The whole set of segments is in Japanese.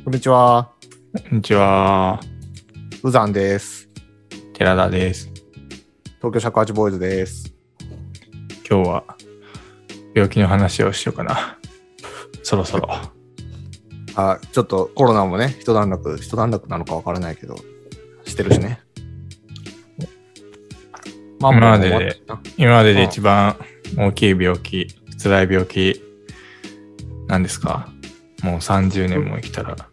こんにちは。 こんにちは。 ウザンです。 寺田です。 東京尺八ボーイズです。 今日は病気の話をしようかな。そろそろ。 ちょっとコロナもね、一段落なのかわからないけど、してるしね。 今までで一番大きい病気、辛い病気、何ですか？もう30年も生きたら。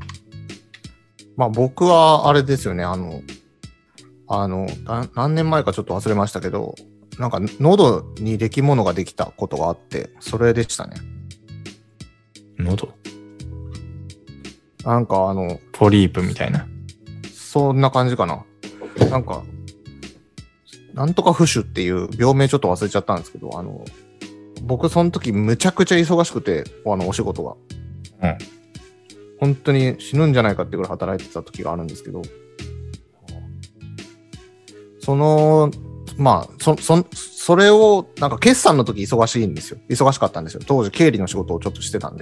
僕はあれですよね、何年前かちょっと忘れましたけど、なんか喉に出来物ができたことがあって、それでしたね。 喉？ なんかポリープみたいな。 そんな感じかな。なんとか浮腫っていう病名ちょっと忘れちゃったんですけど、僕その時むちゃくちゃ忙しくて、お仕事が。本当に死ぬんじゃないかってぐらい働いてた時があるんですけど、それをなんか決算の時忙しかったんですよ。当時経理の仕事をちょっとしてたんで。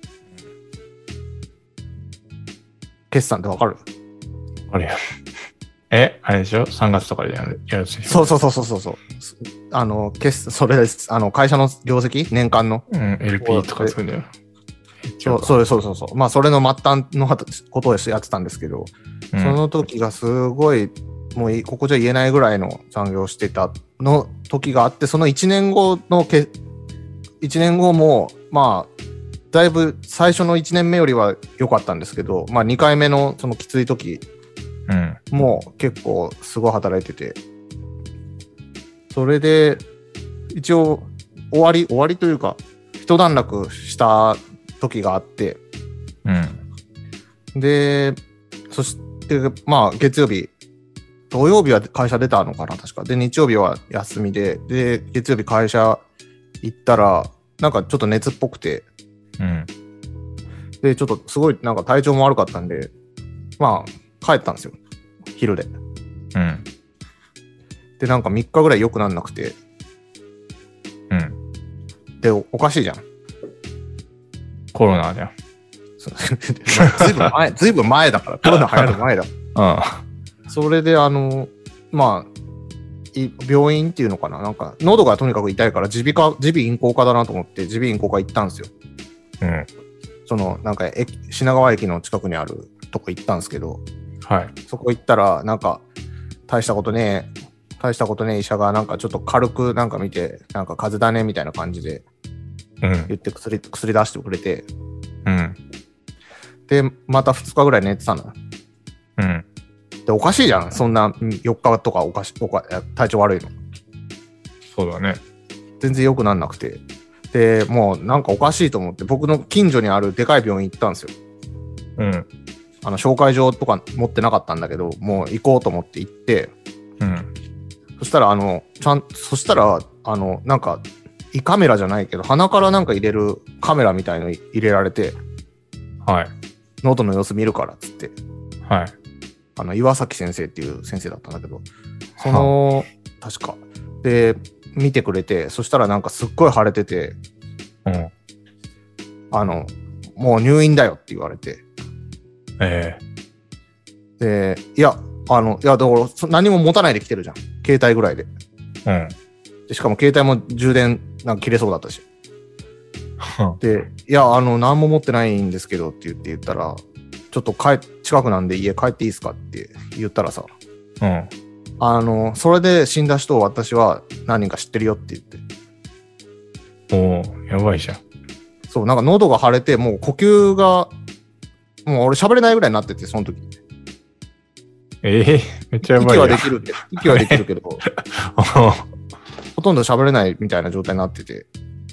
決算ってわかる？ あれあれでしょ？ 3 月とかでやるでしょ？そう。それです。会社の業績年間の。 LP とかするんだよ。 そう。それの末端のことをやってたんですけど、その時がすごい、もうここじゃ言えないぐらいの残業してたの時があって、その1年後も、だいぶ最初の1年目よりは良かったんですけど、2回目のそのきつい時もう結構すごい働いてて、それで一応終わりというか一段落した時があって、でそして月曜日、土曜日は会社出たのかな確かで、日曜日は休みで月曜日会社行ったらなんかちょっと熱っぽくて、でちょっとすごいなんか体調も悪かったんで帰ったんですよ、昼で。でなんか3日ぐらい良くなんなくて、でおかしいじゃん、 コロナじゃん。 ずいぶん前だから、コロナ流行る前だ。それで病院っていうのかな、なんか喉がとにかく痛いから耳鼻咽喉科だなと思って耳鼻咽喉科行ったんですよ。そのなんか品川駅の近くにあるとこ行ったんですけど、そこ行ったらなんか大したことねえ医者がなんかちょっと軽くなんか見て、なんか風邪だねみたいな感じで言って薬出してくれて、でまた2日ぐらい寝てたの。でおかしいじゃん、そんな4日とか体調悪いの。 そうだね。 全然良くなんなくて、でもうなんかおかしいと思って僕の近所にあるでかい病院行ったんですよ。紹介状とか持ってなかったんだけど、もう行こうと思って行って、そしたらなんか胃カメラじゃないけど鼻からなんか入れるカメラみたいの入れられて、喉の様子見るからっつって、岩崎先生っていう先生だったんだけど、確かで見てくれて、そしたらなんかすっごい腫れてて、もう入院だよって言われて、でいやだから何も持たないで来てるじゃん、携帯ぐらいで。でしかも携帯も充電なんか切れそうだったし、でいや何も持ってないんですけどって言ったら、ちょっと近くなんで家帰っていいですかって言ったらさ、それで死んだ人を私は何人か知ってるよって言って。 やばいじゃん。 そう、なんか喉が腫れて、もう呼吸がもう俺喋れないぐらいになってて、その時。 めっちゃやばい。 息はできるけどほとんど喋れないみたいな状態になってて。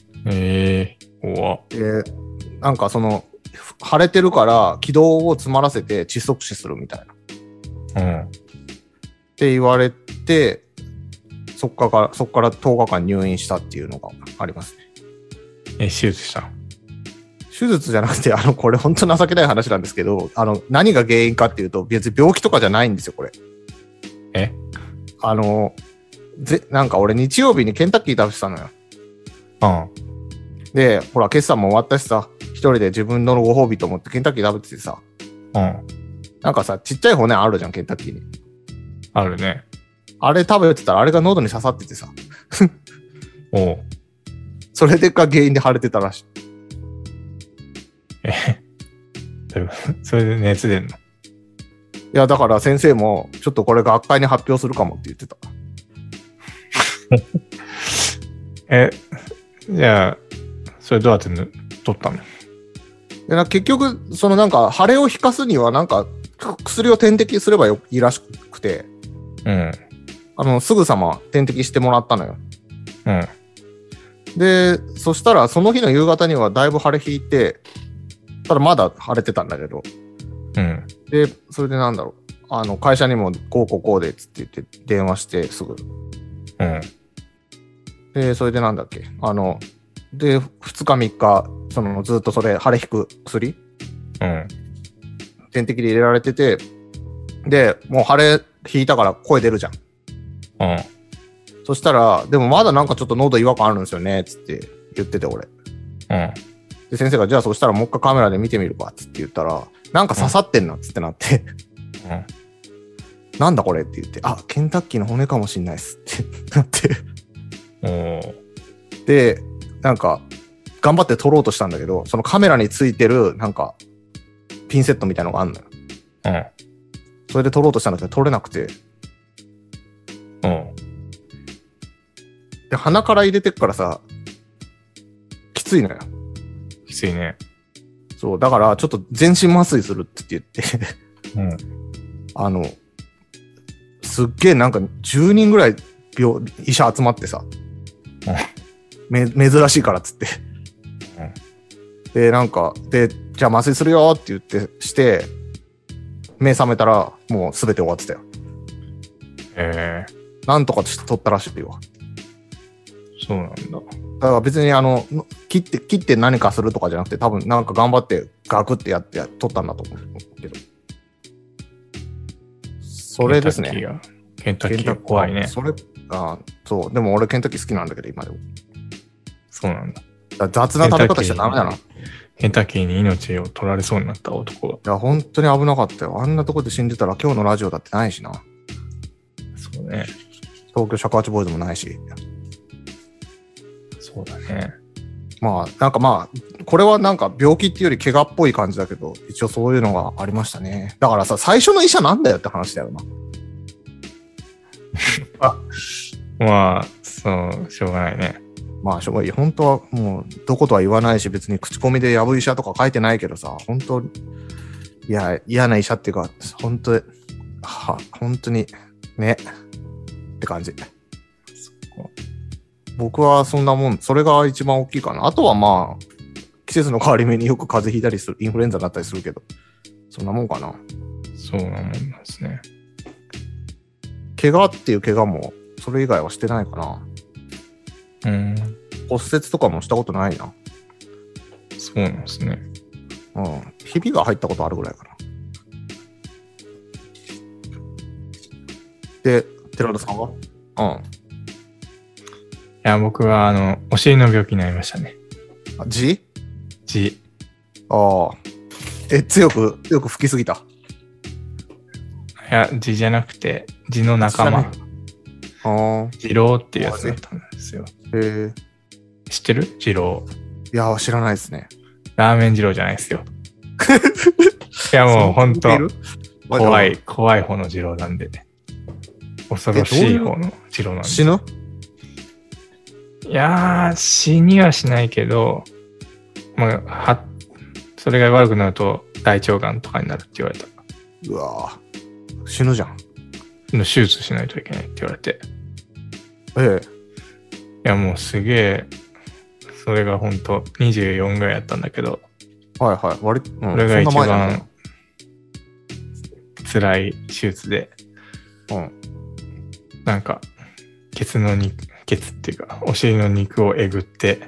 なんかその腫れてるから気道を詰まらせて窒息死するみたいな、って言われて、そっから10日間入院したっていうのがありますね。 手術したの？ 手術じゃなくて、これ本当情けない話なんですけど、何が原因かっていうと、別に病気とかじゃないんですよ、これ。なんか俺日曜日にケンタッキー食べてたのよ。 で、ほら、決算も終わったしさ、一人で自分のご褒美と思ってケンタッキー食べててさ、 うん。 なんかさ、ちっちゃい骨あるじゃん、ケンタッキーに。 あるね。 あれ食べてたら、あれが喉に刺さっててさ。 おう。 それでか原因で腫れてたらしい。 それで熱出んの？ いや、だから先生も、ちょっとこれ学会に発表するかもって言ってた。 じゃあ、それどうやって取ったの？ で結局、そのなんか、腫れを引かすには、なんか、薬を点滴すればいいらしくて、 うん。 すぐさま点滴してもらったのよ。 うん。 で、そしたら、その日の夕方にはだいぶ腫れ引いて、ただまだ腫れてたんだけど、 うん。 で、それでなんだろう、会社にもこうでっつって言って電話してすぐ。 うん。 で、それでなんだっけ、で、2日3日、ずっとそれ、腫れ引く薬、 うん。 点滴で入れられてて、で、もう腫れ引いたから声出るじゃん。 うん。 そしたら、でもまだなんかちょっと喉違和感あるんですよね、つって言ってて、俺。 うん。 で、先生が、じゃあそしたらもう一回カメラで見てみるか、つって言ったら、なんか刺さってんな、つってなって、 うん。 なんだこれって言って、あ、ケンタッキーの骨かもしんないっすってなって。で、なんか、頑張って撮ろうとしたんだけど、そのカメラについてる、なんか、ピンセットみたいなのがあるのよ。 うん。 それで撮ろうとしたんだけど、撮れなくて。 うん。 で、鼻から入れてっからさ、きついのよ。 きついね。 そう、だから、ちょっと全身麻酔するって言ってうん。 すっげえなんか10人ぐらい医者集まってさ、珍しいからっつって、で、なんか、で、じゃあ麻酔するよって言ってして、目覚めたらもうすべて終わってたよ。なんとかして取ったらしいよ。 そうなんだ。 だから別に切って何かするとかじゃなくて、多分なんか頑張ってガクってやって取ったんだと思うけど。それですね。 ケンタッキー怖いね。 そう。でも俺ケンタッキー好きなんだけど、今でも。 そうなんだ。 雑な食べ方しちゃダメだな。 ケンタッキーに命を取られそうになった男が。 いや、本当に危なかったよ。あんなとこで死んでたら今日のラジオだってないしな。 そうね。 東京尺八ボーイズもないし。 そうだね。 まあ、なんかまあ、これはなんか病気っていうより怪我っぽい感じだけど、一応そういうのがありましたね。だからさ、最初の医者なんだよって話だよな。 まあ、そう、しょうがないね。 まあ、しょうがない。本当はもう、どことは言わないし、別に口コミでやぶ医者とか書いてないけどさ、本当、いや、嫌な医者っていうか、本当に、ね、って感じ。僕はそんなもん、それが一番大きいかな。あとはまあ、季節の変わり目によく風邪ひいたりする、インフルエンザになったりするけど、そんなもんかな。 そうなもんなんですね。 怪我っていう怪我も、それ以外はしてないかな。骨折とかもしたことないな。 そうなんですね。 うん。ひびが入ったことあるぐらいかな。で、寺田さんは？うん。いや、僕は、お尻の病気になりましたね。 痔？ 痔。 ああ。強く吹きすぎた。 いや、痔じゃなくて、痔の仲間。痔瘻っていうやつだったんですよ。知ってる？痔瘻。 いや、知らないですね。 ラーメン二郎じゃないですよ。いや、もう本当怖い方の二郎なんで、恐ろしい方の二郎なんで。 死ぬ？ いやー、死にはしないけど、まあ、それが悪くなると大腸がんとかになるって言われた。 うわぁ、死ぬじゃん。 手術しないといけないって言われて。いや、もうすげえ、それが本当24ぐらいやったんだけど、 はいはい、 それが一番辛い手術で、なんかケツっていうかお尻の肉をえぐって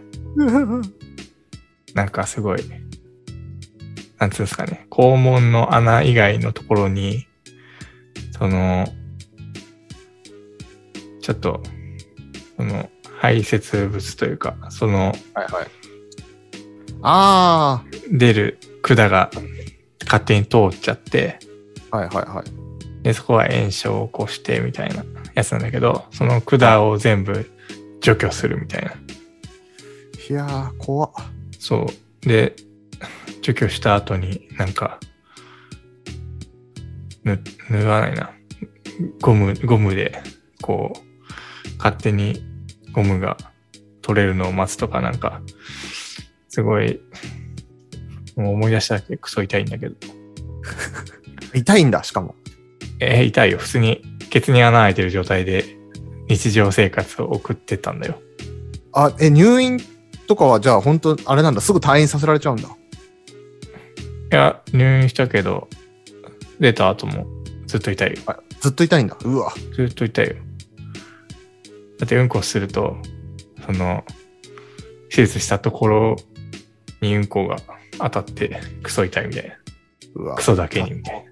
なんかすごいなんつうんですかね、肛門の穴以外のところにちょっと排泄物というかはいはい、 ああ。 出る管が勝手に通っちゃって、 はいはいはい。 で、そこは炎症を起こしてみたいなやつなんだけど、その管を全部除去するみたいな。 いやー、怖っ。 そう。で、除去した後になんか、縫わないな。ゴムで、こう、勝手にゴムが取れるのを待つとかなんか、すごい、もう思い出しただけクソ痛いんだけど。 痛いんだ、しかも。 痛いよ。普通にケツに穴開いてる状態で日常生活を送ってたんだよ。 あ、入院とかはじゃあ本当あれなんだ、すぐ退院させられちゃうんだ。 いや、入院したけど、出た後もずっと痛いよ。 ずっと痛いんだ。うわ。 ずっと痛いよ。だってうんこすると、その、手術したところにうんこが当たってクソ痛いみたいな。 うわ。 クソだけにみたいな。い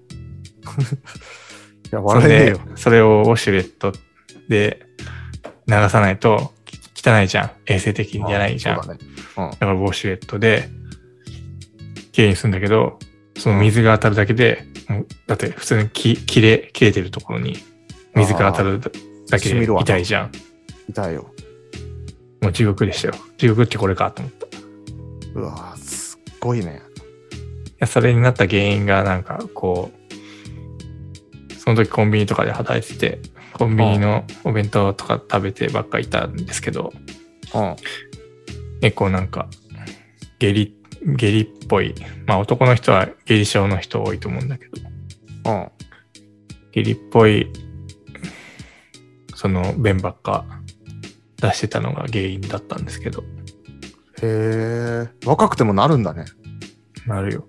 や、笑えねえよ。 それをウォシュレットで流さないと汚いじゃん。衛生的じゃないじゃん。 そうだね。 だからウォシュレットできれいにするんだけど、その水が当たるだけで、だって普通に切れてるところに水が当たるだけで痛いじゃん。 痛いよ。 もう地獄でしたよ。地獄ってこれかと思った。 うわ、すっごいね。 いや、それになった原因がなんかこう、その時コンビニとかで働いてて、コンビニのお弁当とか食べてばっかいたんですけど、結構なんか下痢っぽい、まあ男の人は下痢症の人多いと思うんだけど、下痢っぽいその便ばっか出してたのが原因だったんですけど。 へえ、若くてもなるんだね。 なるよ。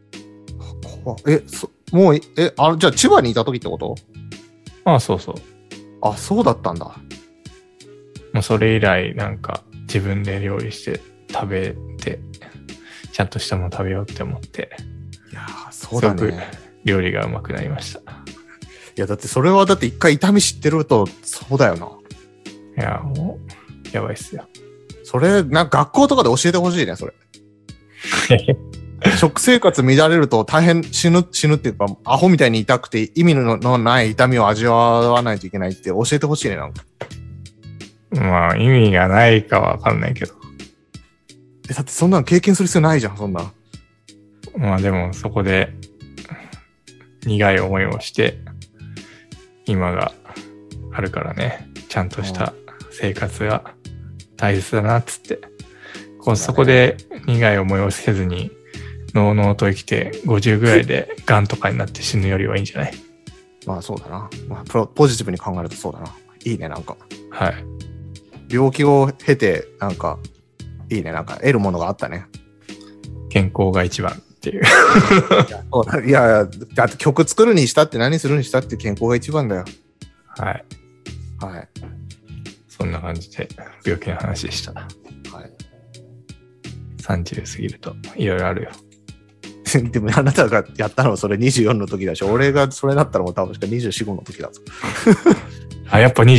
もうじゃあ千葉にいた時ってこと？ ああ、そうそう。 あ、そうだったんだ。 もうそれ以来なんか自分で料理して食べて、ちゃんとしたもの食べようって思って、 いやー、そうだね。 すごく料理がうまくなりました。いや、だってそれはだって一回痛み知ってるとそうだよな。 いや、もうやばいっすよ。 それなんか学校とかで教えてほしいね、それ。食生活乱れると大変死ぬっていうか、アホみたいに痛くて意味のない痛みを味わわないといけないって教えてほしいね、なんか。 まあ意味がないかはわかんないけど。 だってそんなの経験する必要ないじゃん、そんな。 まあでもそこで苦い思いをして今があるからね、ちゃんとした生活が大切だなっつって、そこで苦い思いをせずにのうのうと生きて50ぐらいでガンとかになって死ぬよりはいいんじゃない？ まあそうだな。まあ、ポジティブに考えるとそうだな。いいね、なんか。 はい。 病気を経て、なんか、いいね、なんか得るものがあったね。 健康が一番っていう。 いや、だって曲作るにしたって何するにしたって健康が一番だよ。 はい。 はい。 そんな感じで病気の話でした。はい。30過ぎるといろいろあるよ。 でもあなたがやったのはそれ24の時だし、俺がそれだったらもう多分24、5の時だぞ。 あ、やっぱ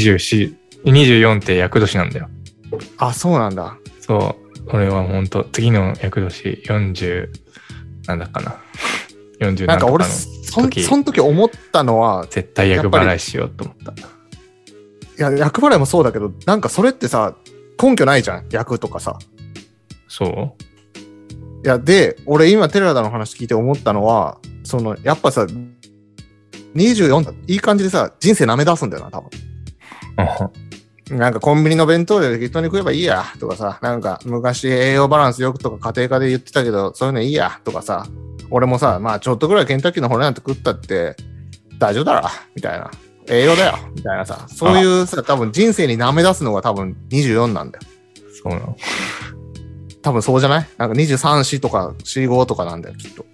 24って厄年なんだよ。 あ、そうなんだ。 そう。俺は本当次の厄年40、なんだかな。40 なんか俺、その時思ったのは、 絶対厄払いしようと思った。 いや、厄払いもそうだけど、なんかそれってさ、根拠ないじゃん、厄とかさ。 そう？ いや、で、俺今テラダの話聞いて思ったのは、やっぱさ、24いい感じでさ、人生舐め出すんだよな、多分。なんかコンビニの弁当で適当に食えばいいやとかさ、なんか昔栄養バランスよくとか家庭科で言ってたけど、そういうのいいやとかさ、俺もさ、まあちょっとぐらいケンタッキーの骨なんて食ったって大丈夫だろみたいな。栄養だよみたいなさ、そういうさ、多分人生に舐め出すのが多分24なんだよ。 そうなの？ 多分そうじゃない？なんか23、4とか4、5とかなんだよ、きっと。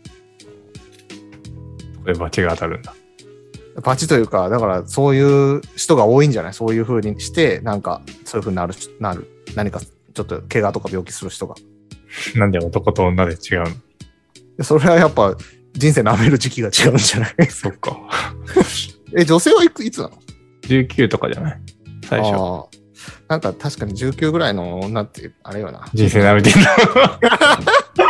これバチが当たるんだ。 バチというか、だからそういう人が多いんじゃない？そういう風にして、なんかそういう風になる。何かちょっと怪我とか病気する人が。 なんで男と女で違うの？ それはやっぱ人生舐める時期が違うんじゃない？ そっか。 女性はいつなの？ 19 とかじゃない？最初。 なんか確かに19ぐらいの女ってあれよな。 人生舐めてんの。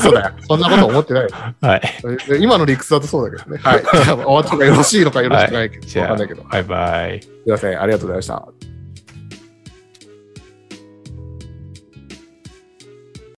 そうだよ。そんなこと思ってない。 はい。 今の理屈だとそうだけどね。はい。じゃあ、終わった方がよろしいのかよろしくないかわかんないけど。 バイバイ。 すいません。ありがとうございました。